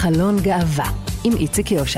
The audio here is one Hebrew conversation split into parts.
חלון גאווה עם איציק יושע.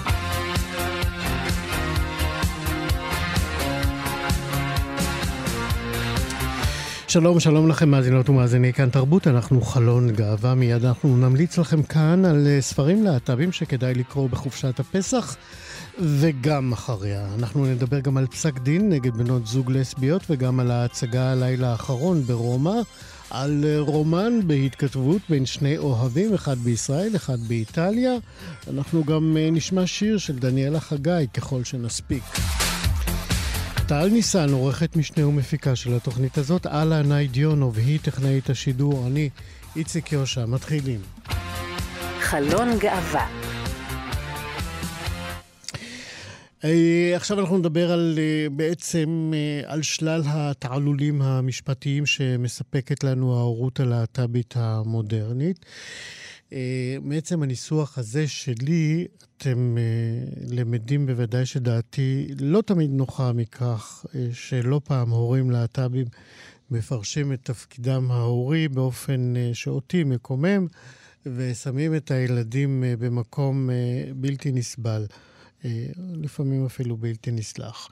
שלום, שלום לכם מאזינות ומאזיני כאן תרבות, אנחנו חלון גאווה. מיד אנחנו נמליץ לכם כאן על ספרים להט"בים שכדאי לקרוא בחופשת הפסח וגם אחריה. אנחנו נדבר גם על פסק דין נגד בנות זוג לסביות וגם על ההצגה הלילה האחרון ברומא, על רומן בהתכתבות בין שני אוהבים, אחד בישראל, אחד באיטליה. אנחנו גם נשמע שיר של דניאלה חגי ככל שנספיק. טל ניסן, עורכת משנה ומפיקה של התוכנית הזאת, אלה ניידיונוב, היא טכנאית השידור, אני איציק יושע. מתחילים. חלון גאווה. עכשיו אנחנו נדבר בעצם על שלל התעלולים המשפטיים שמספקת לנו ההורות הלהט"בית המודרנית. מעצם הניסוח הזה שלי, אתם למדים בוודאי שדעתי לא תמיד נוחה מכך שלא פעם הורים להט"בים מפרשים את תפקידם ההורי באופן שאותי מקומם, ושמים את הילדים במקום בלתי נסבל, לפעמים אפילו בלתי נסלח.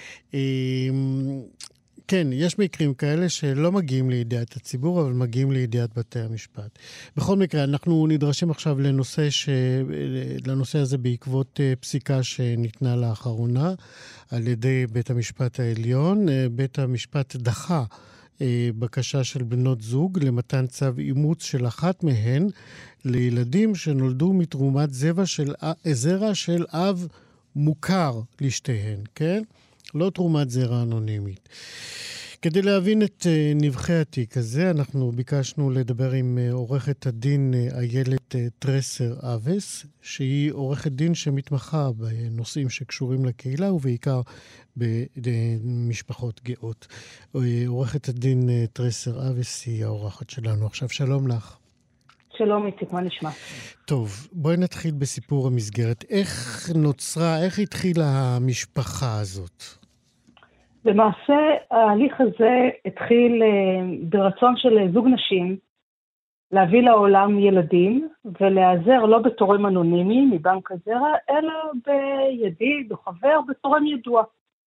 כן, יש מקרים כאלה שלא מגיעים לידיעת הציבור, אבל מגיעים לידיעת בתי המשפט. בכל מקרה, אנחנו נדרשים עכשיו לנושא הזה בעקבות פסיקה שניתנה לאחרונה על ידי בית המשפט העליון. בית המשפט דחה בקשה של בנות זוג למתן צו אימוץ של אחת מהן לילדים שנולדו מתרומת זרע של אב מוכר לשתיהן, כן? לא תרומת זרע אנונימית. כדי להבין את נבחי התיק הזה, אנחנו ביקשנו לדבר עם עורכת הדין איילת טרסר אבס, שהיא עורכת דין שמתמחה בנושאים שקשורים לקהילה, ובעיקר במשפחות גאות. עורכת הדין טרסר אבס היא האורחת שלנו. עכשיו, שלום לך. שלום איציק, מה נשמע? טוב, בואי נתחיל בסיפור המסגרת. איך התחילה המשפחה הזאת? למעשה, ההליך הזה התחיל ברצון של זוג נשים להביא לעולם ילדים ולהיעזר לא בתורם אנונימי מבנק הזרע, אלא בידיד או חבר בתורם ידוע.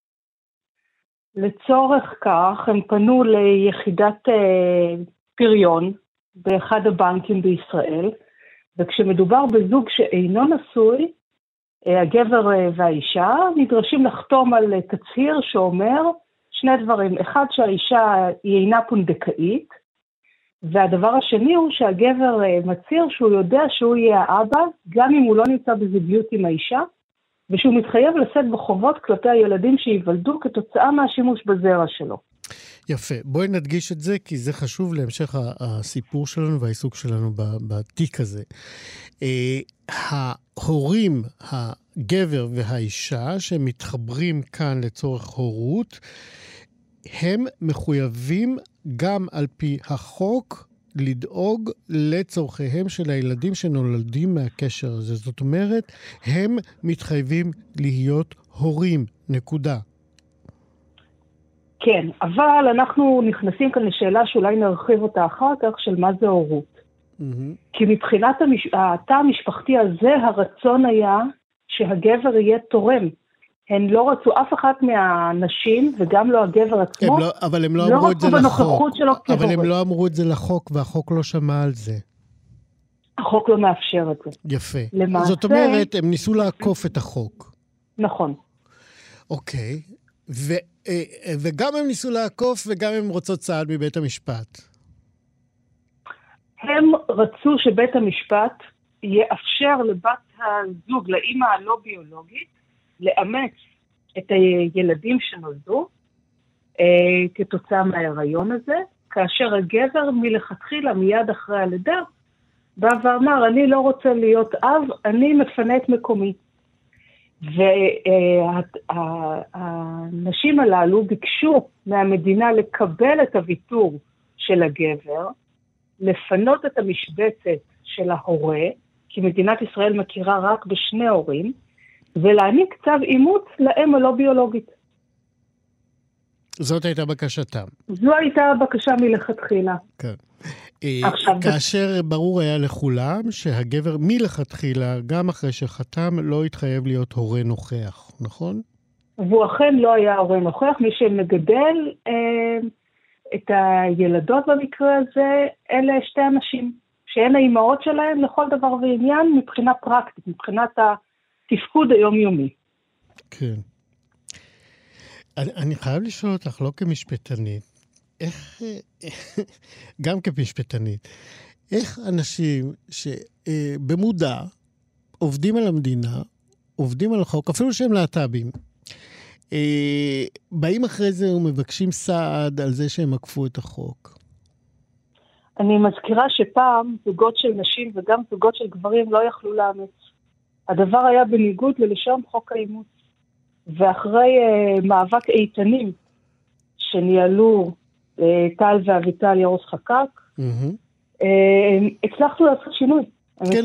לצורך כך הם פנו ליחידת פריון באחד הבנקים בישראל, וכשמדובר בזוג שאינו נשוי, הגבר והאישה נדרשים לחתום על תצהיר שאומר שני דברים. אחד, שהאישה היא אינה פונדקאית, והדבר השני הוא שהגבר מצהיר שהוא יודע שהוא יהיה האבא, גם אם הוא לא נמצא בזוגיות עם האישה, ושהוא מתחייב לשאת בחובות כלפי הילדים שיוולדו כתוצאה מהשימוש בזרע שלו. יפה. בואי נדגיש את זה, כי זה חשוב להמשך הסיפור שלנו והעיסוק שלנו בתיק הזה. ההורים, הגבר והאישה, שמתחברים כאן לצורך הורות, הם מחויבים גם על פי החוק לדאוג לצורכיהם של הילדים שנולדים מהקשר הזה. זאת אומרת, הם מתחייבים להיות הורים, נקודה. כן, אבל אנחנו נכנסים כאן לשאלה שאולי נרחיב אותה אחר כך, של מה זה הורות. כי מבחינת התא המשפחתי הזה, הרצון היה שהגבר יהיה תורם. הן לא רצו, אף אחת מהנשים, וגם לא הגבר עצמו, אבל הם לא לא אמרו את זה רצו לחוק. בנוכחות שלו כהורה. אבל הם לא אמרו את זה לחוק, והחוק לא שמע על זה. החוק לא מאפשר את זה. יפה. למעשה, זאת אומרת, הם ניסו לעקוף את החוק. נכון. אוקיי. וגם הם ניסו לעקוף, וגם הם רוצות צעד מבית המשפט. הם רצו שבית המשפט יאפשר לבת הזוג, לאמא הלא ביולוגית, לאמץ את הילדים שנולדו כתוצאה מההיריון הזה, כאשר הגבר מלכתחילה מיד אחרי הלידה בא ואמר, אני לא רוצה להיות אב, אני מפנה את מקומי. והנשים הללו ביקשו מהמדינה לקבל את הוויתור של הגבר, לפנות את המשבצת של ההורה, כי מדינת ישראל מכירה רק בשני הורים, ולהעניק צו אימוץ לאם הלא ביולוגית. זאת הייתה בקשתם. זו הייתה הבקשה מלכתחילה. כן. כאשר ברור היה לכולם שהגבר מלכתחילה, גם אחרי שחתם, לא התחייב להיות הורה נוכח, נכון? והוא אכן לא היה הורה נוכח, מי שמגדל את הילדות במקרה הזה, אלה שתי אנשים, שהן האימהות שלהם לכל דבר ועניין מבחינה פרקטית, מבחינת התפקוד היומיומי. כן. אני חייב לשאול אותך, לא כמשפטנית, איך, גם כמשפטנית, איך אנשים שבמודע עובדים על המדינה, עובדים על החוק, אפילו שהם להט"בים, באים אחרי זה ומבקשים סעד על זה שהם עקפו את החוק? אני מזכירה שפעם זוגות של נשים וגם זוגות של גברים לא יכלו לאמץ. הדבר היה בניגוד ללשון חוק האימוץ. ואחרי מאבק איתנים שניהלו טל ואביטל ירוס חקק, הצלחנו לעשות שינוי. כן,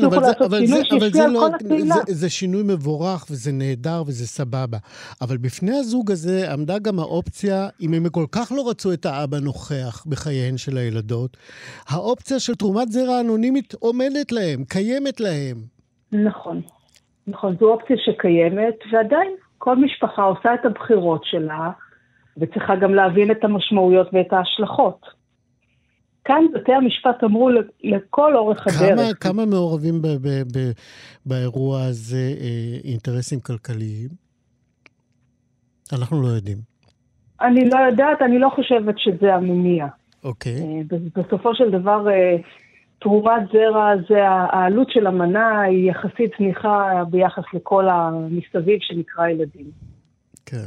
זה שינוי מבורך וזה נהדר וזה סבבה. אבל בפני הזוג הזה עמדה גם האופציה, אם הם כל כך לא רצו את האבא נוכח בחייהן של הילדות, האופציה של תרומת זרע אנונימית עומדת להם, קיימת להם. נכון, זו אופציה שקיימת, ועדיין כל משפחה עושה את הבחירות שלה, וצריכה גם להבין את המשמעויות ואת ההשלכות. כאן בתי המשפט אמרו לכל אורך הדרך. כמה מעורבים באירוע הזה אינטרסים כלכליים? אנחנו לא יודעים. אני לא יודעת, אני לא חושבת שזה המניע. אוקיי. בסופו של דבר, תרומת זרע, העלות של המנה היא יחסית זניחה ביחס לכל המסביב שנקרא ילדים. כן.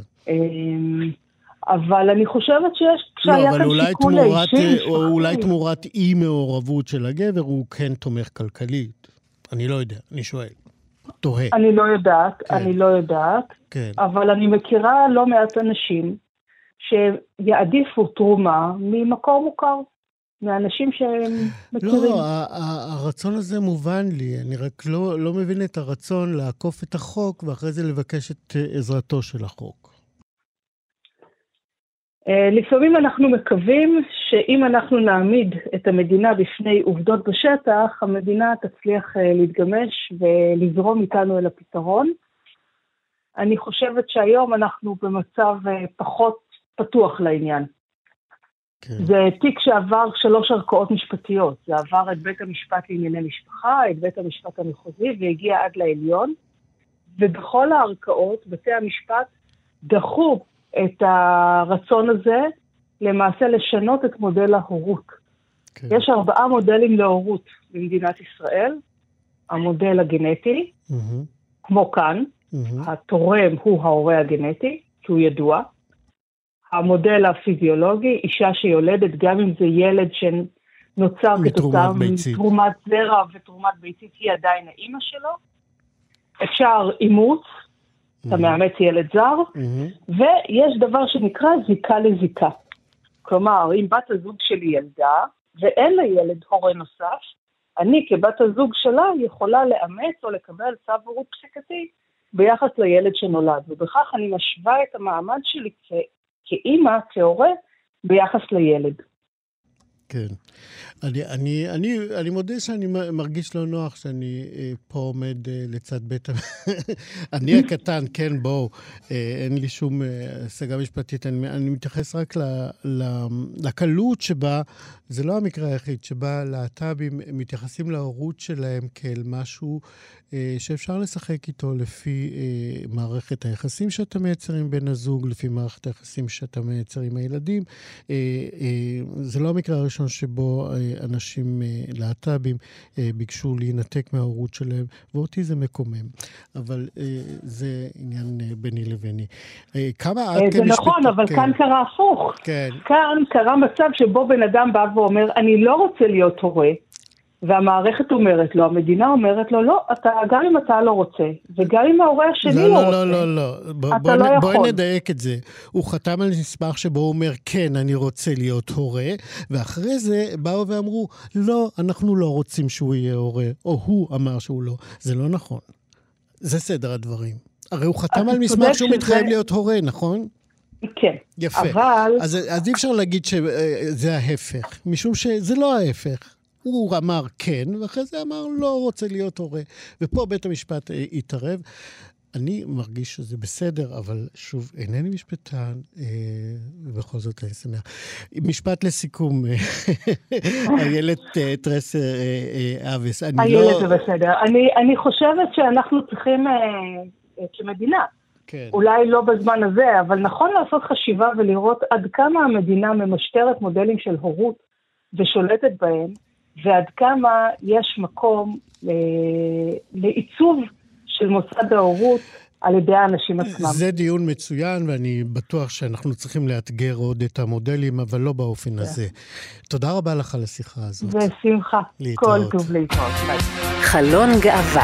אבל אני חושבת שהיה כאן שיקול אישי. אולי תמורת אי מעורבות של הגבר הוא כן תומך כלכלית. אני לא יודע, אני שואל. תוהה. אני לא יודעת. כן. אבל אני מכירה לא מעט אנשים שיעדיפו תרומה ממקור מוכר. מאנשים שהם מכירים. לא, הרצון הזה מובן לי. אני רק לא מבין את הרצון לעקוף את החוק ואחרי זה לבקש את עזרתו של החוק. לפעמים אנחנו מקווים שאם אנחנו נעמיד את המדינה בפני עובדות בשטח, המדינה תצליח להתגמש ולזרום איתנו אל הפתרון. אני חושבת שהיום אנחנו במצב פחות פתוח לעניין. כן. זה תיק שעבר 3 ערכאות משפטיות. זה עבר את בית המשפט לענייני משפחה, את בית המשפט המחוזי, והגיע עד לעליון. ובכל הערכאות, בתי המשפט דחו את הרצון הזה, למעשה לשנות את מודל ההורות. כן. יש 4 מודלים להורות במדינת ישראל. המודל הגנטי, כמו כאן, התורם הוא ההורה הגנטי, כי הוא ידוע. המודל הפיזיולוגי, אישה שיולדת, גם אם זה ילד שנוצר כתוצאה מתרומת זרע ותרומת ביצית, היא עדיין האמא שלו. אפשר אימוץ, אתה מאמץ ילד זר, ויש דבר שנקרא זיקה לזיקה. כלומר, אם בת הזוג שלי ילדה, ואין לה ילד הורה נוסף, אני כבת הזוג שלה יכולה לאמץ או לקבל צו הורות פסיקתי ביחס לילד שנולד. ובכך אני משווה את המעמד שלי כאימא, כהורה, ביחס לילד. כן. אני מודה שאני מרגיש לא נוח שאני פה עומד לצד בית אני הקטן, כן, בואו, אין לי שום השגה משפטית, אני מתייחס רק לקלות שבה, זה לא המקרה היחיד, שבה להט"בים מתייחסים להורות שלהם כאל משהו שאפשר לשחק איתו לפי מערכת היחסים שאתה מייצר עם בן הזוג, לפי מערכת היחסים שאתה מייצר עם הילדים. זה לא המקרה הראשון שבו אנשים להט"בים ביקשו להינתק מההורות שלהם, ואותי זה מקומם. אבל זה עניין ביני לביני. זה נכון, אבל כאן קרה הפוך. כאן קרה מצב שבו בן אדם בא ואומר, אני לא רוצה להיות הורה, והמערכת אומרת לו, המדינה אומרת לו, לא, גם אם אתה לא רוצה, וגם אם ההורה השני לא רוצה, אתה לא יכול. בואי נדייק את זה. הוא חתם על מסמך שבו הוא אומר, כן, אני רוצה להיות הורה, ואחרי זה באו ואמרו, לא, אנחנו לא רוצים שהוא יהיה הורה, או הוא אמר שהוא לא. זה לא נכון. זה סדר הדברים. הרי הוא חתם על מסמך שהוא מתחייב להיות הורה, נכון? כן. יפה. אבל... אז אי אפשר להגיד שזה ההפך, משום שזה לא ההפך. הוא אמר כן, ואחרי זה אמר לא רוצה להיות הורה. ופה בית המשפט התערב. אני מרגיש שזה בסדר, אבל שוב, אינני משפטן, ובכל זאת אני שמח. משפט לסיכום, איילת טרסר אבס. איילת זה בסדר. אני חושבת שאנחנו צריכים, כמדינה, כן. אולי לא בזמן הזה, אבל נכון לעשות חשיבה ולראות עד כמה המדינה ממשטרת מודלים של הורות ושולטת בהם, ועד כמה יש מקום לעיצוב של מוסד ההורות על ידי האנשים עצמם. זה דיון מצוין, ואני בטוח שאנחנו צריכים לאתגר עוד את המודלים, אבל לא באופן הזה. תודה רבה לך על השיחה הזאת. בשמחה. להתראות. כל טוב להתראות. חלון גאווה.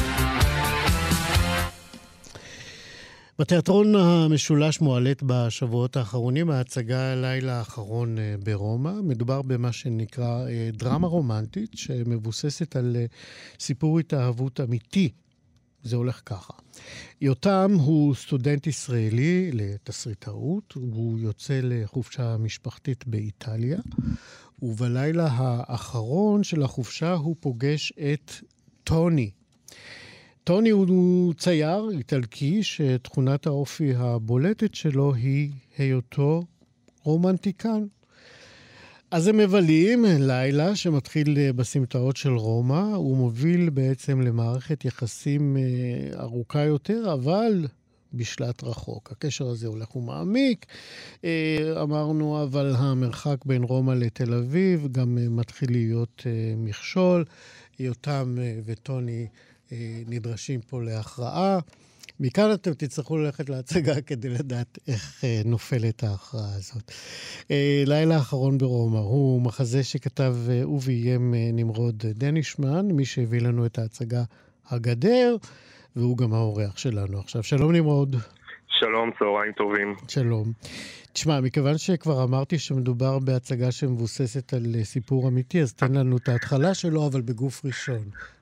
בתיאטרון המשולש מועלת בשבועות האחרונים, ההצגה הלילה האחרון ברומא. מדובר במה שנקרא דרמה רומנטית, שמבוססת על סיפור התאהבות אמיתי. זה הולך ככה. יותם הוא סטודנט ישראלי לתסריטאות, הוא יוצא לחופשה משפחתית באיטליה, ובלילה האחרון של החופשה הוא פוגש את טוני. טוני הוא צייר איטלקי שתכונת האופי הבולטת שלו היא היותו רומנטיקן. אז הם מבלים לילה שמתחיל בסמטאות של רומא, הוא מוביל בעצם למערכת יחסים ארוכה יותר, אבל בשלט רחוק. הקשר הזה הולך ומעמיק, אמרנו, אבל המרחק בין רומא לתל אביב גם מתחיל להיות מכשול. יותם וטוני נדרשים פה להכרעה. מכאן אתם תצטרכו ללכת להצגה כדי לדעת איך נופלת ההכרעה הזאת. לילה האחרון ברומא הוא מחזה שכתב וביים נמרוד דנישמן, מי שהביא לנו את ההצגה הגדר, והוא גם האורח שלנו עכשיו. שלום נמרוד. שלום, צהריים טובים. שלום. תשמע, מכיוון שכבר אמרתי שמדובר בהצגה שמבוססת על סיפור אמיתי, אז תן לנו את ההתחלה שלו, אבל בגוף ראשון.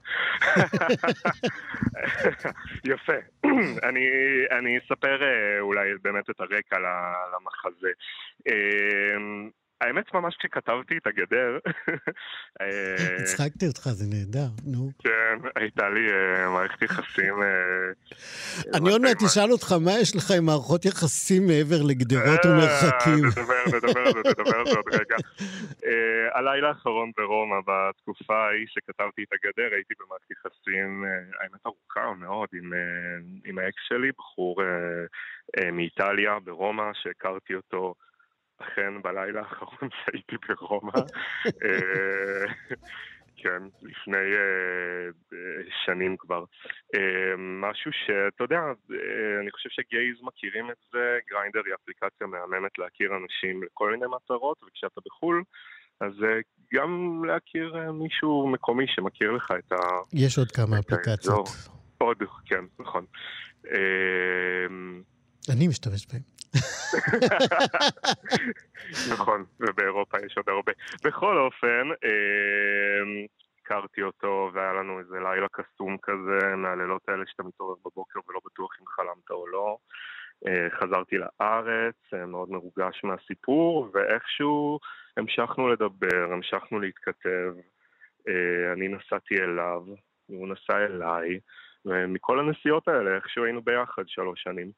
יפה. אני אספר אולי באמת את הרקע למחזה. האמת ממש כשכתבתי את הגדר... הצחקתי אותך, זה נהדר, נו. כן, הייתה לי מערכת יחסים... אני עוד מעט תשאל אותך, מה יש לך עם מערכות יחסים מעבר לגדרות ומרחקים? נדבר על זה עוד רגע. הלילה האחרון ברומא, בתקופה ההיא שכתבתי את הגדר, הייתי במערכת יחסים, האמת ארוכה מאוד, עם האקס שלי, בחור מאיטליה, ברומא, שהכרתי אותו אכן בלילה האחרון שהייתי ברומא. כן, לפני שנים כבר. משהו שאתה יודע, אני חושב שגייז מכירים את זה, גריינדר היא אפליקציה מהממת להכיר אנשים לכל מיני מטרות, וכשאתה בחול, אז גם להכיר מישהו מקומי שמכיר לך את ה... יש עוד כמה אפליקציות. עוד, כן, נכון. אני משתמש בהם. נכון, ובאירופה יש עוד הרבה. בכל אופן, הכרתי אותו והיה לנו איזה לילה קסום כזה, מהלילות האלה שאתה מתעורר בבוקר ולא בטוח אם חלמת או לא. חזרתי לארץ, מאוד מרוגש מהסיפור, ואיכשהו המשכנו לדבר, המשכנו להתכתב. אני נסעתי אליו, והוא נסע אליי, ומכל הנסיעות האלה, איכשהו היינו ביחד 3 שנים.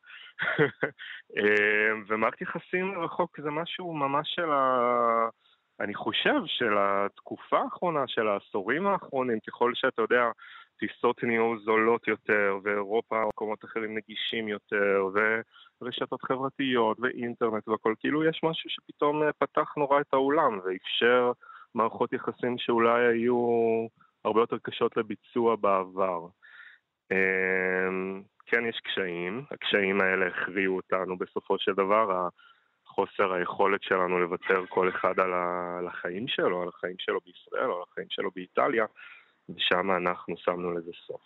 ומערכת יחסים רחוק זה משהו ממש אני חושב של התקופה האחרונה, של העשורים האחרונים, ככל שאתה יודע, טיסות נהיו זולות יותר, ואירופה ומקומות אחרים נגישים יותר, ורשתות חברתיות ואינטרנט והכל, כאילו יש משהו שפתאום פתח נורא את העולם, ואפשר מערכות יחסים שאולי היו הרבה יותר קשות לביצוע בעבר. כן, יש קשיים. הקשיים האלה הכריעו אותנו בסופו של דבר, חוסר היכולת שלנו לוותר כל אחד על החיים שלו, על החיים שלו בישראל, או על החיים שלו באיטליה, ושם אנחנו שמנו לזה סוף.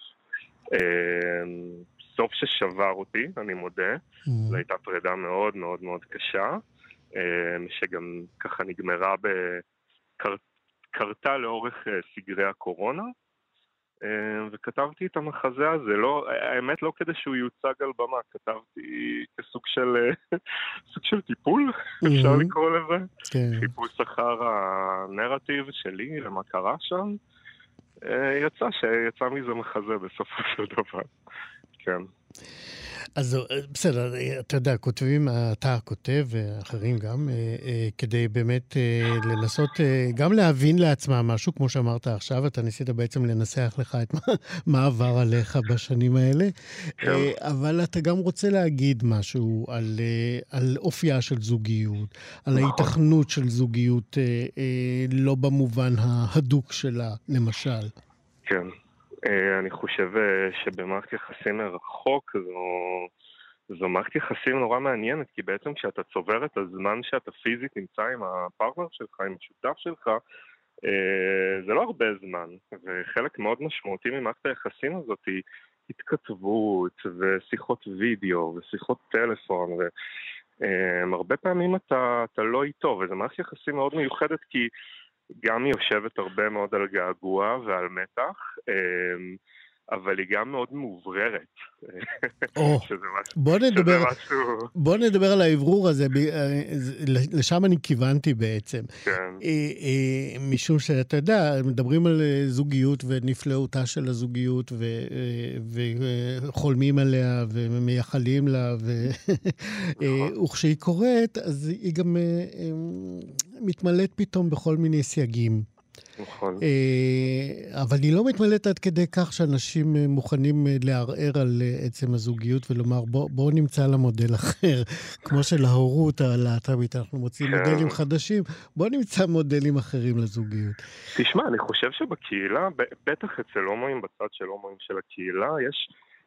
סוף ששבר אותי, אני מודה. זו הייתה פרידה מאוד מאוד מאוד קשה, שגם ככה נגמרה קרתה לאורך סגרי הקורונה, וכתבתי את המחזה הזה, לא, האמת לא כדי שהוא יוצג על במה, כתבתי כסוג של טיפול, אפשר לקרוא לזה, חיפוש אחר הנרטיב שלי, למה קרה שם, יצא מזה מחזה בסופו של דבר, כן. אז בסדר, אתה יודע, כותבים, אתה כותב, ואחרים גם, כדי באמת לנסות, גם להבין לעצמם משהו, כמו שאמרת עכשיו, אתה ניסית בעצם לנסח לך את מה עבר עליך בשנים האלה, אבל אתה גם רוצה להגיד משהו על אופייה של זוגיות, על ההיתכנות של זוגיות, לא במובן ההדוק שלה, למשל. כן. אני חושב שבמערכת יחסים מרחוק זו מערכת יחסים נורא מעניינת, כי בעצם כשאתה צובר את הזמן שאתה פיזית נמצא עם הפרטנר שלך, עם השותף שלך, זה לא הרבה זמן, וחלק מאוד משמעותי ממערכת היחסים הזאת היא התכתבות ושיחות וידאו ושיחות טלפון, והרבה פעמים אתה לא איתו, וזו מערכת יחסים מאוד מיוחדת כי גם היא יושבת הרבה מאוד על געגוע ועל מתח, אבל היא גם מאוד מאובררת. בוא נדבר על העברור הזה, לשם אני כיוונתי בעצם. משום שאתה יודע, מדברים על זוגיות ונפלאותה של הזוגיות, וחולמים עליה ומייחלים לה, וכשהיא קורית, אז היא גם מתמלאת פתאום בכל מיני סייגים. נכון. אבל היא לא מתמלאת עד כדי כך שאנשים מוכנים לערער על עצם הזוגיות ולומר בוא נמצא לה מודל אחר, כמו שלהורות הלהט"בית אנחנו מוצאים מודלים חדשים, בוא נמצא מודלים אחרים לזוגיות. תשמע, אני חושב שבקהילה, בטח אצל הומואים, בצד של הומואים של הקהילה, יש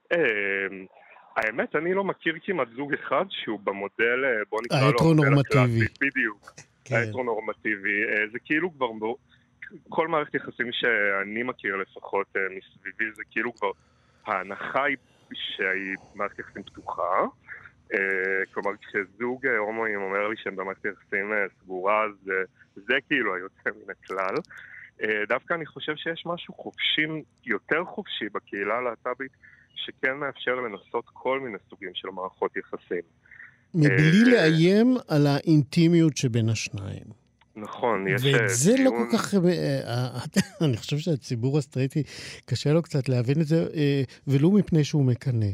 האמת, אני לא מכיר כמעט זוג אחד שהוא במודל, בוא נקרא לו ההטרונורמטיבי. בדיוק, ההטרונורמטיבי, זה כאילו כבר כל מערכת יחסים שאני מכיר לפחות מסביבי, זה כאילו כבר ההנחה היא שהיא מערכת יחסים פתוחה, כלומר כשזוג הומואים אומר לי שהם במערכת יחסים סגורה, זה כאילו היוצא מן הכלל. דווקא אני חושב שיש משהו חופשי, יותר חופשי בקהילה הלהט"בית, שכן מאפשר לנסות כל מיני סוגים של מערכות יחסים. מבלי לאיים על האינטימיות שבין השניים. נכון, יש... ואת זה לא כל כך... אני חושב שהציבור הסטרייטי קשה לו קצת להבין את זה, ולא מפני שהוא מקנה.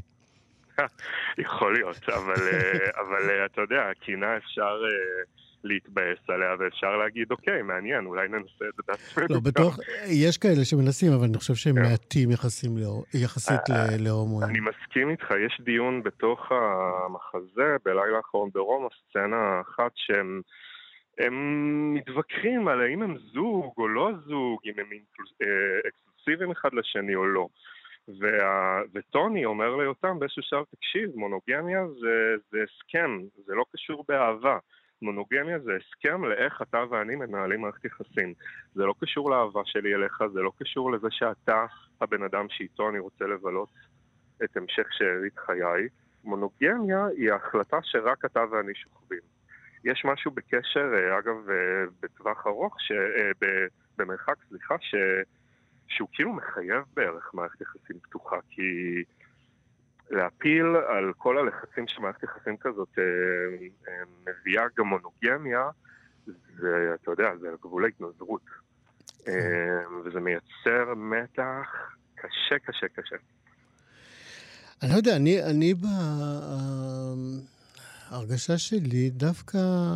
יכול להיות, אבל אתה יודע, הקינה אפשר להתבאס עליה, ואפשר להגיד, אוקיי, מעניין, אולי ננסה את זה בעצמנו. לא, בטוח, יש כאלה שמנסים, אבל אני חושב שהם מעטים יחסית להומואים. אני מסכים איתך, יש דיון בתוך המחזה, בלילה האחרון ברומא, סצנה אחת שהם מתווכחים על האם הם זוג או לא זוג, אם הם אקסקלוסיביים אחד לשני או לא. וטוני אומר ליותם באיזשהו שלב, תקשיב, מונוגמיה זה הסכם, זה לא קשור באהבה. מונוגמיה זה הסכם לאיך אתה ואני מנהלים מערכת יחסים. זה לא קשור לאהבה שלי אליך, זה לא קשור לזה שאתה הבן אדם שאיתו אני רוצה לבלות את המשך שארית חיי. מונוגמיה היא ההחלטה שרק אתה ואני שוכבים. יש משהו בקשר, אגב, בטווח ארוך, במרחק, סליחה, שהוא כאילו מחייב בערך מערכת יחסים פתוחה, כי להפיל על כל הלחצים שמערכת יחסים כזאת מביאה גם מונוגמיה, זה, אתה יודע, זה גבול ההתנזרות. וזה מייצר מתח קשה, קשה, קשה. אני לא יודע, אני ההרגשה שלי, דווקא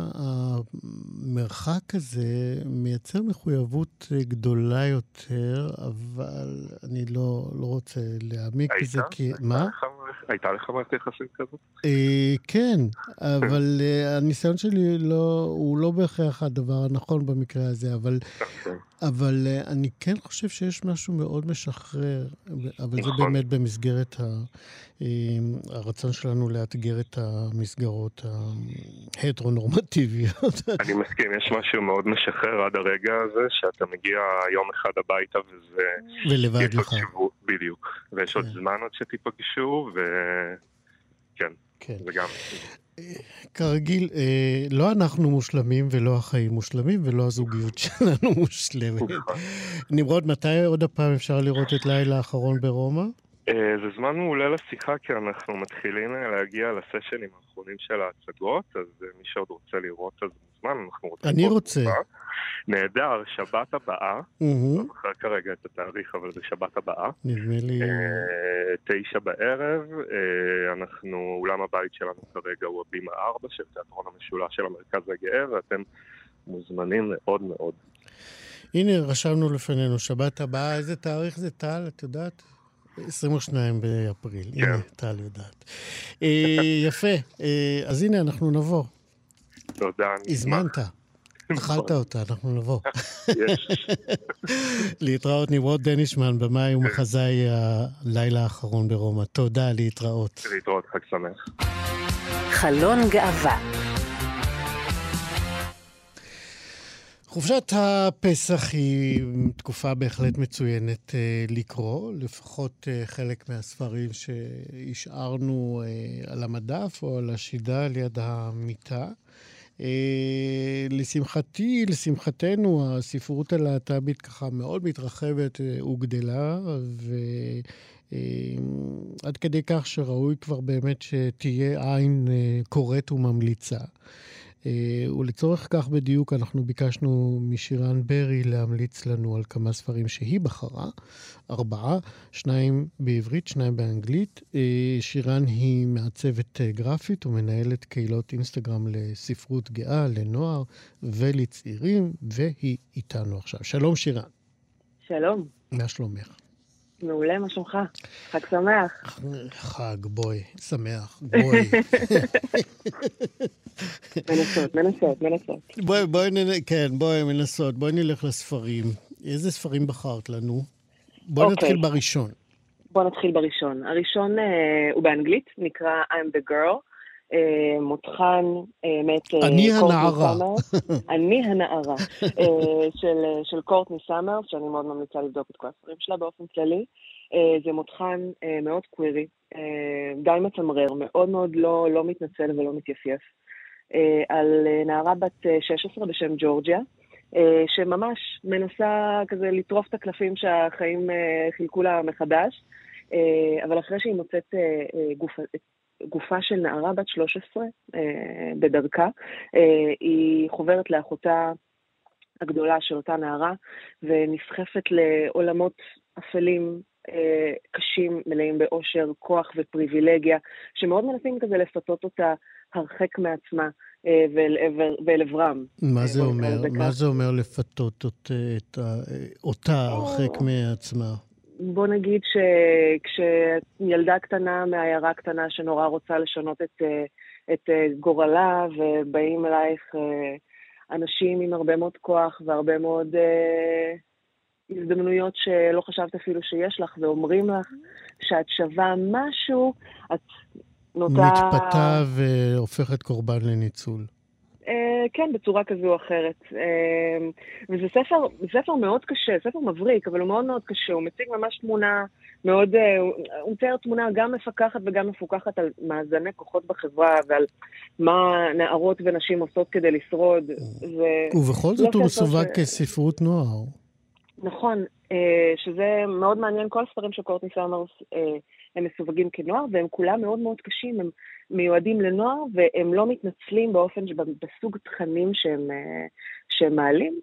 המרחק הזה מייצר מחויבות גדולה יותר, אבל אני לא רוצה להעמיק בזה כי... מה? הייתה לך מערכת יחסים כזאת? כן, אבל הניסיון שלי הוא לא בהכרח הדבר הנכון במקרה הזה, אבל אני כן חושב שיש משהו מאוד משחרר, אבל זה באמת במסגרת הרצון שלנו לאתגר את המסגרות ההטרונורמטיביות. אני מסכים, יש משהו מאוד משחרר עד הרגע הזה, שאתה מגיע יום אחד הביתה וזה... ולבד לך. בדיוק, ויש עוד זמן עוד שתיפגשו, וכן, זה גם... כרגיל, לא אנחנו מושלמים ולא החיים מושלמים ולא הזוגיות שלנו מושלמת. נמרוד, מתי עוד הפעם אפשר לראות את לילה האחרון ברומא? זה זמן מעולה לשיחה, כי אנחנו מתחילים להגיע לסשנים האחרונים של ההצגות, אז מי שעוד רוצה לראות אז מוזמן, אנחנו רוצים... אני רוצה. נהדר, שבת הבאה, לא זוכר כרגע את התאריך, אבל זה שבת הבאה. נדמה לי... 9 בערב, אנחנו, אולם הבית שלנו כרגע הוא הבימה 4 של תיאטרון המשולש של המרכז הגאה, ואתם מוזמנים מאוד מאוד. הנה, רשמנו לפנינו, שבת הבאה, איזה תאריך זה טל, את יודעת? 22 באפריל, כן. הנה, טל יודעת. יפה, אז הנה אנחנו נבוא. תודה. הזמנת. אכלת אותה, אנחנו נבוא. יש. להתראות, נמרוד דנישמן, במאי ומחזאי הלילה האחרון ברומא. תודה, להתראות. להתראות, חג שמח. חלון גאווה. חופשת הפסח היא תקופה בהחלט מצוינת לקרוא, לפחות חלק מהספרים שהשארנו על המדף או על השידה ליד המיטה. לשמחתנו, הספרות הלהט"בית ככה מאוד מתרחבת וגדלה, ועד כדי כך שראוי כבר באמת שתהיה עין קוראת וממליצה. ולצורך כך בדיוק אנחנו ביקשנו משירן ברי להמליץ לנו על כמה ספרים שהיא בחרה, 4, 2 בעברית, 2 באנגלית. שירן היא מעצבת גרפית ומנהלת קהילות אינסטגרם לספרות גאה, לנוער ולצעירים, והיא איתנו עכשיו. שלום שירן. שלום. מה שלומך? מעולה, מה שלומך? חג שמח. חג, בואי, שמח, בואי. מנסות. בואי מנסות. בואי נלך לספרים. איזה ספרים בחרת לנו? בואי נתחיל בראשון. הראשון הוא באנגלית, נקרא I'm the Girl. מותחן מאת אני הנערה. אני הנערה של קורטני סאמרס, שאני מאוד ממליצה לבדוק את כל הספרים שלה באופן כללי. זה מותחן מאוד קווירי, די מצמרר, מאוד מאוד לא מתנצל ולא מתייפייף, על נערה בת 16 בשם ג'ורג'יה, שממש מנסה כזה לטרוף את הקלפים שהחיים חילקו לה מחדש, אבל אחרי שהיא מוצאת גופה של נערה בת 13 בדרכה, היא חוברת לאחותה הגדולה של אותה נערה, ונסחפת לעולמות אפלים קשים, מלאים באושר, כוח ופריבילגיה, שמאוד מנסים כזה לפתות אותה הרחק מעצמה ואל עברם. מה זה אומר? מה זה אומר לפתות אותה הרחק מעצמה? בוא נגיד שכשילדה קטנה מהעיירה קטנה שנורא רוצה לשנות את גורלה, ובאים אלייך אנשים עם הרבה מאוד כוח והרבה מאוד הזדמנויות שלא חשבת אפילו שיש לך, ואומרים לך שאת שווה משהו, את נוטה... מתפתה והופכת קורבן לניצול. כן, בצורה כזו או אחרת. וזה ספר מאוד קשה, ספר מבריק, אבל הוא מאוד מאוד קשה. הוא מציג ממש תמונה מאוד, הוא מצייר תמונה גם מפקחת וגם מפוקחת על מאזני כוחות בחברה, ועל מה נערות ונשים עושות כדי לשרוד. ובכל זאת הוא מסווג כספרות נוער. נכון, שזה מאוד מעניין. כל הספרים של קורטני סאמרס הם מסווגים כנוער, והם כולם מאוד מאוד קשים, הם מיועדים לנוער, והם לא מתנצלים באופן בסוג תכנים שהם מעלים.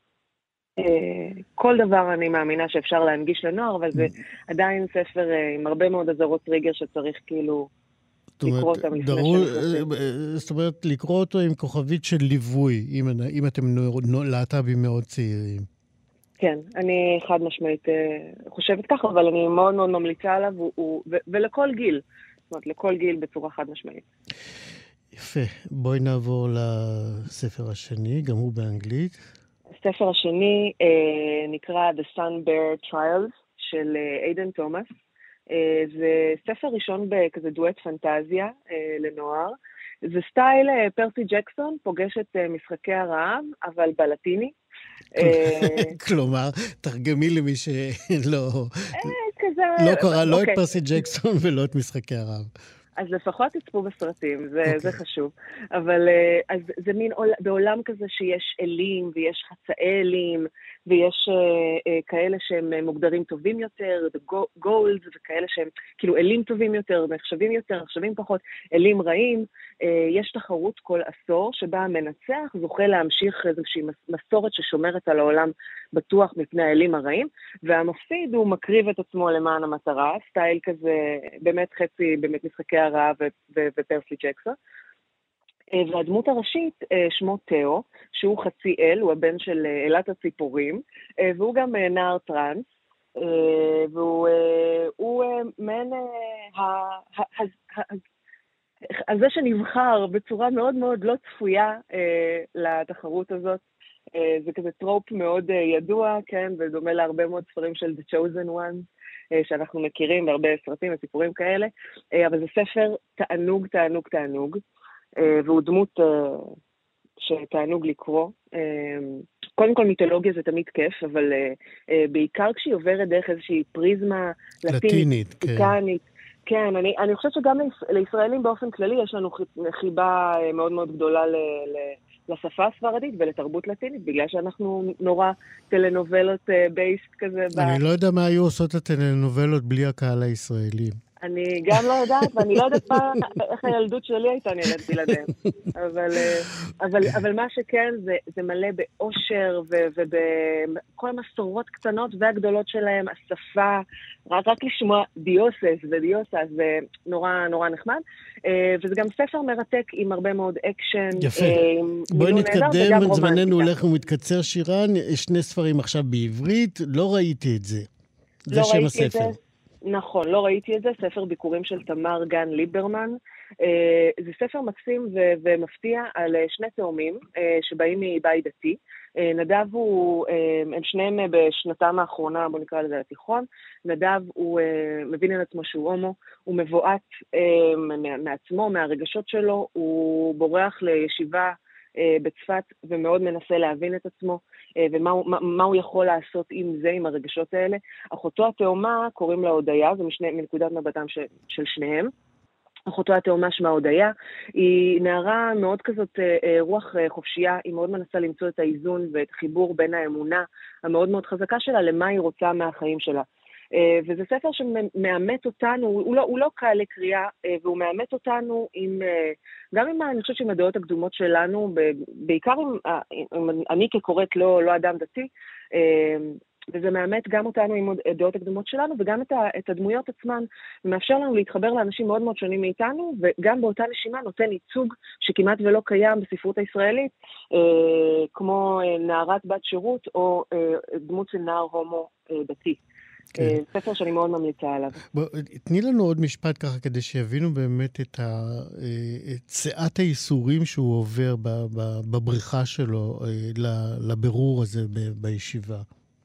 כל דבר אני מאמינה שאפשר להנגיש לנוער, אבל זה עדיין ספר עם הרבה מאוד אזהרות טריגר שצריך כאילו לקרוא אותם לפני זאת אומרת, לקרוא אותו עם כוכבית של ליווי, אם אתם להט"בים מאוד צעירים. כן, אני חד משמעית חושבת ככה, אבל אני מאוד מאוד ממליצה עליו, ולכל גיל, זאת אומרת, לכל גיל בצורה חד משמעית. יפה, בואי נעבור לספר השני, גם הוא באנגלית. הספר השני נקרא The Sun Bear Trials של איידן תומאס. זה ספר ראשון בכזה דואט פנטזיה לנוער. זה סטייל פרסי ג'קסון, פוגש את משחקי הרעב, אבל בלטיני. כלומר, תרגמי למי שלא קרא לא את פרסי ג'קסון ולא את משחקי הרעב. אז לפחות תצפו בסרטים, זה חשוב. אבל אז זה מין בעולם כזה שיש אלים, ויש חצאי אלים, ויש כאלה שהם מוגדרים טובים יותר, גולדס, וכאלה שהם כאילו אלים טובים יותר, נחשבים יותר, נחשבים פחות, אלים רעים. יש תחרות כל עשור, שבה המנצח זוכה להמשיך איזושהי מסורת ששומרת על העולם בטוח מפני האלים הרעים, והמפסיד הוא מקריב את עצמו למען המטרה, סטייל כזה, באמת חצי, באמת משחקי הרעב ופרסי ג'קסון. והדמות הראשית, שמו תאו, שהוא חצי אל, הוא הבן של אלת הציפורים, והוא גם נער טרנס, והוא מעין הזה שנבחר בצורה מאוד מאוד לא צפויה לתחרות הזאת. זה כזה טרופ מאוד ידוע, כן, ודומה להרבה מאוד ספרים של The Chosen One, שאנחנו מכירים בהרבה סרטים וסיפורים כאלה, אבל זה ספר תענוג, תענוג, תענוג, והוא דמות שתענוג לקרוא. קודם כל מיתולוגיה זה תמיד כיף, אבל בעיקר כשהיא עוברת דרך איזושהי פריזמה לטינית, פיקנית. כן, אני חושבת שגם לישראלים באופן כללי יש לנו חיבה מאוד מאוד גדולה לשפה הספרדית ולתרבות לטינית, בגלל שאנחנו נורא טלנובלות בייסט כזה. אני לא יודע מה היו עושות הטלנובלות בלי הקהל הישראלי. אני גם לא יודעת, ואני לא יודעת איך הילדות שלי הייתה נראית בלעדיהם. אבל מה שכן, זה מלא באושר, ובכל המסורות קטנות והגדולות שלהם, השפה, רק לשמוע דיוסס ודיוסה, זה נורא נורא נחמד. וזה גם ספר מרתק עם הרבה מאוד אקשן. יפה. בואי נתקדם, זמננו הולך ומתקצר. שירן, שני ספרים עכשיו בעברית, לא ראיתי את זה. זה שם הספר. נכון, לא ראיתי את זה, ספר ביקורים של תמר גן ליברמן. זה ספר מקסים ומפתיע על שני תאומים שבאים מבית דתי. נדב הם שניהם בשנתם האחרונה, בוא נקרא לזה התיכון. נדב הוא מבין על עצמו שהוא הומו, הוא מבועת מעצמו, מהרגשות שלו, הוא בורח לישיבה בצפת ומאוד מנסה להבין את עצמו ומה הוא יכול לעשות עם זה, עם הרגשות האלה. אחותו התאומה קוראים לה הודיה, זה מנקודת מבטם של שניהם. אחותו התאומה שמה הודיה, היא נערה מאוד כזאת רוח חופשייה, היא מאוד מנסה למצוא את האיזון ואת חיבור בין האמונה המאוד מאוד חזקה שלה למה היא רוצה מהחיים שלה. וזה ספר שמאמת אותנו, הוא לא קל לקריאה, והוא מאמת אותנו גם עם, אני חושבת, עם הדעות הקדומות שלנו, בעיקר אני כקוראת לא אדם דתי, וזה מאמת גם אותנו עם הדעות הקדומות שלנו, וגם את הדמויות עצמן, ומאפשר לנו להתחבר לאנשים מאוד מאוד שונים מאיתנו, וגם באותה נשימה נותן ייצוג שכמעט ולא קיים בספרות הישראלית, כמו נערת בת שירות, או דמות של נער הומו דתי. ספר שאני מאוד ממליצה עליו. תני לנו עוד משפט ככה, כדי שיבינו באמת את צעת הייסורים שהוא עובר בבריחה שלו לבירור הזה בישיבה.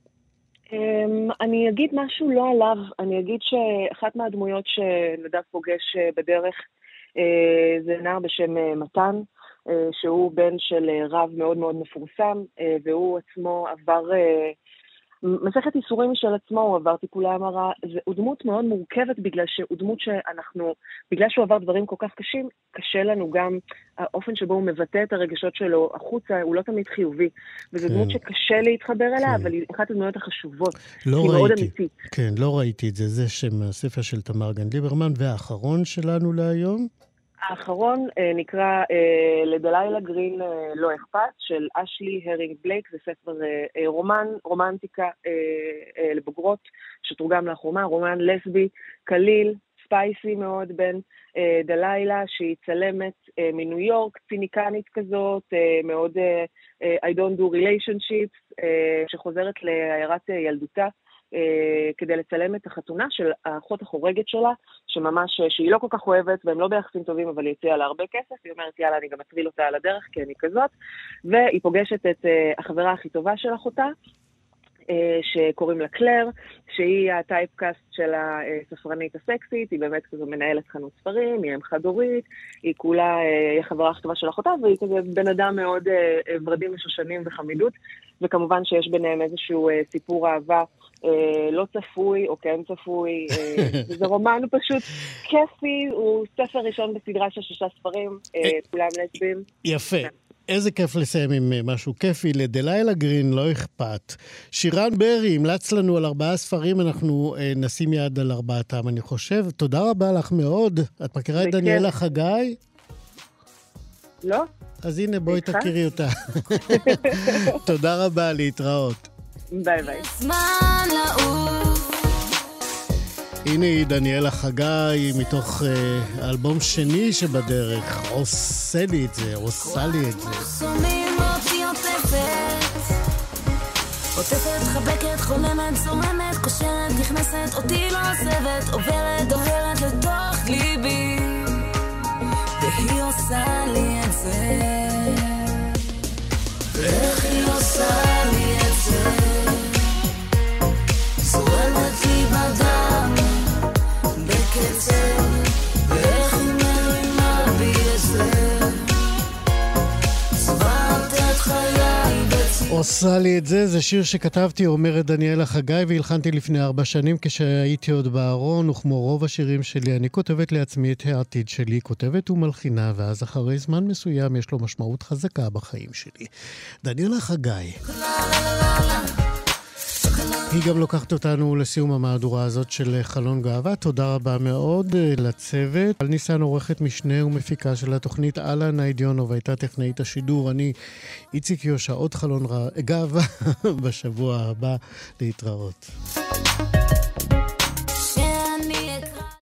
אני אגיד משהו לא עליו, אני אגיד שאחת מהדמויות שנדב פוגש בדרך זה נער בשם מתן, שהוא בן של רב מאוד מאוד מפורסם, והוא עצמו עבר מסכת איסורים של עצמו, הוא עבר טיפולי המרה. הוא דמות מאוד מורכבת בגלל שהוא דמות בגלל שהוא עבר דברים כל כך קשים, קשה לנו גם האופן שבו הוא מבטא את הרגשות שלו החוצה, הוא לא תמיד חיובי. וזו דמות שקשה להתחבר אליה, אבל היא אחת הדמויות החשובות. היא מאוד אמיתית. כן, לא ראיתי את זה. זה שם הספר של תמר גן ליברמן, והאחרון שלנו להיום? האחרון נקרא לדלילה גרין לא אכפת, של אשלי הרינג בלייק, זה ספר רומנטיקה לבוגרות, שתורגם לאחרונה, רומן לסבי, קליל, ספייסי מאוד, בין דלילה, שהיא צלמת מניו יורק, ציניקנית כזאת, מאוד I don't do relationships, שחוזרת לעיירת ילדותה, כדי לצלם את החתונה של האחות החורגת שלה, שהיא לא כל כך אוהבת, והם לא ביחסים טובים, אבל היא הציעה לה הרבה כסף, היא אומרת, יאללה, אני גם אטריל אותה על הדרך, כי אני כזאת, והיא פוגשת את החברה הכי טובה של אחותה, שקוראים לה קלר, שהיא הטייפקאסט של הספרנית הסקסית, היא באמת כזו מנהלת חנות ספרים, היא אם חד-הורית, היא כולה החברה הכי טובה של אחותה, והיא כזה בן אדם מאוד ורדים משושנים וחמידות, וכמובן שיש ביניהם איזשהו סיפור אהבה לא צפוי או כן צפוי, זה רומן פשוט כיפי, הוא ספר ראשון בסדרה של 6 ספרים, כולם לסבים. יפה. איזה כיף לסיים עם משהו כיפי. לדלילה גרין לא אכפת. שירן ברי, המלץ לנו על 4 ספרים, אנחנו נשים יד על 4, אני חושב. תודה רבה לך מאוד. את מכירה את דניאלה חגי? לא. אז הנה, בואי תכירי אותה. תודה רבה, להתראות. ביי ביי. הנה היא דניאלה חגי מתוך אלבום שני שבדרך. עושה לי את זה, עושה לי את זה. עוטפת, חבקת, חולמת, זורמת, קושרת, נכנסת, אותי לא עוזבת, עוברת, דוהרת לתוך ליבי, והיא עושה לי את זה. ואיך היא עושה לי את זה? זורמת לי בדם בקצב, ואיך היא מרימה בי את זה? צבעת את חיי בציבור. עושה לי את זה, זה שיר שכתבתי, אומרת דניאלה חגי, והלחנתי לפני 4 שנים כשהייתי עוד בארון, וכמו רוב השירים שלי, אני כותבת לעצמי את העתיד שלי, כותבת ומלחינה, ואז אחרי זמן מסוים יש לו משמעות חזקה בחיים שלי. דניאלה חגי. היא גם לוקחת אותנו לסיום המהדורה הזאת של חלון גאווה. תודה רבה מאוד לצוות. על ניסן עורכת משנה ומפיקה של התוכנית, אלן איידיונוב הייתה טכנאית השידור. אני איציק יושע, עוד חלון גאווה בשבוע הבא. להתראות.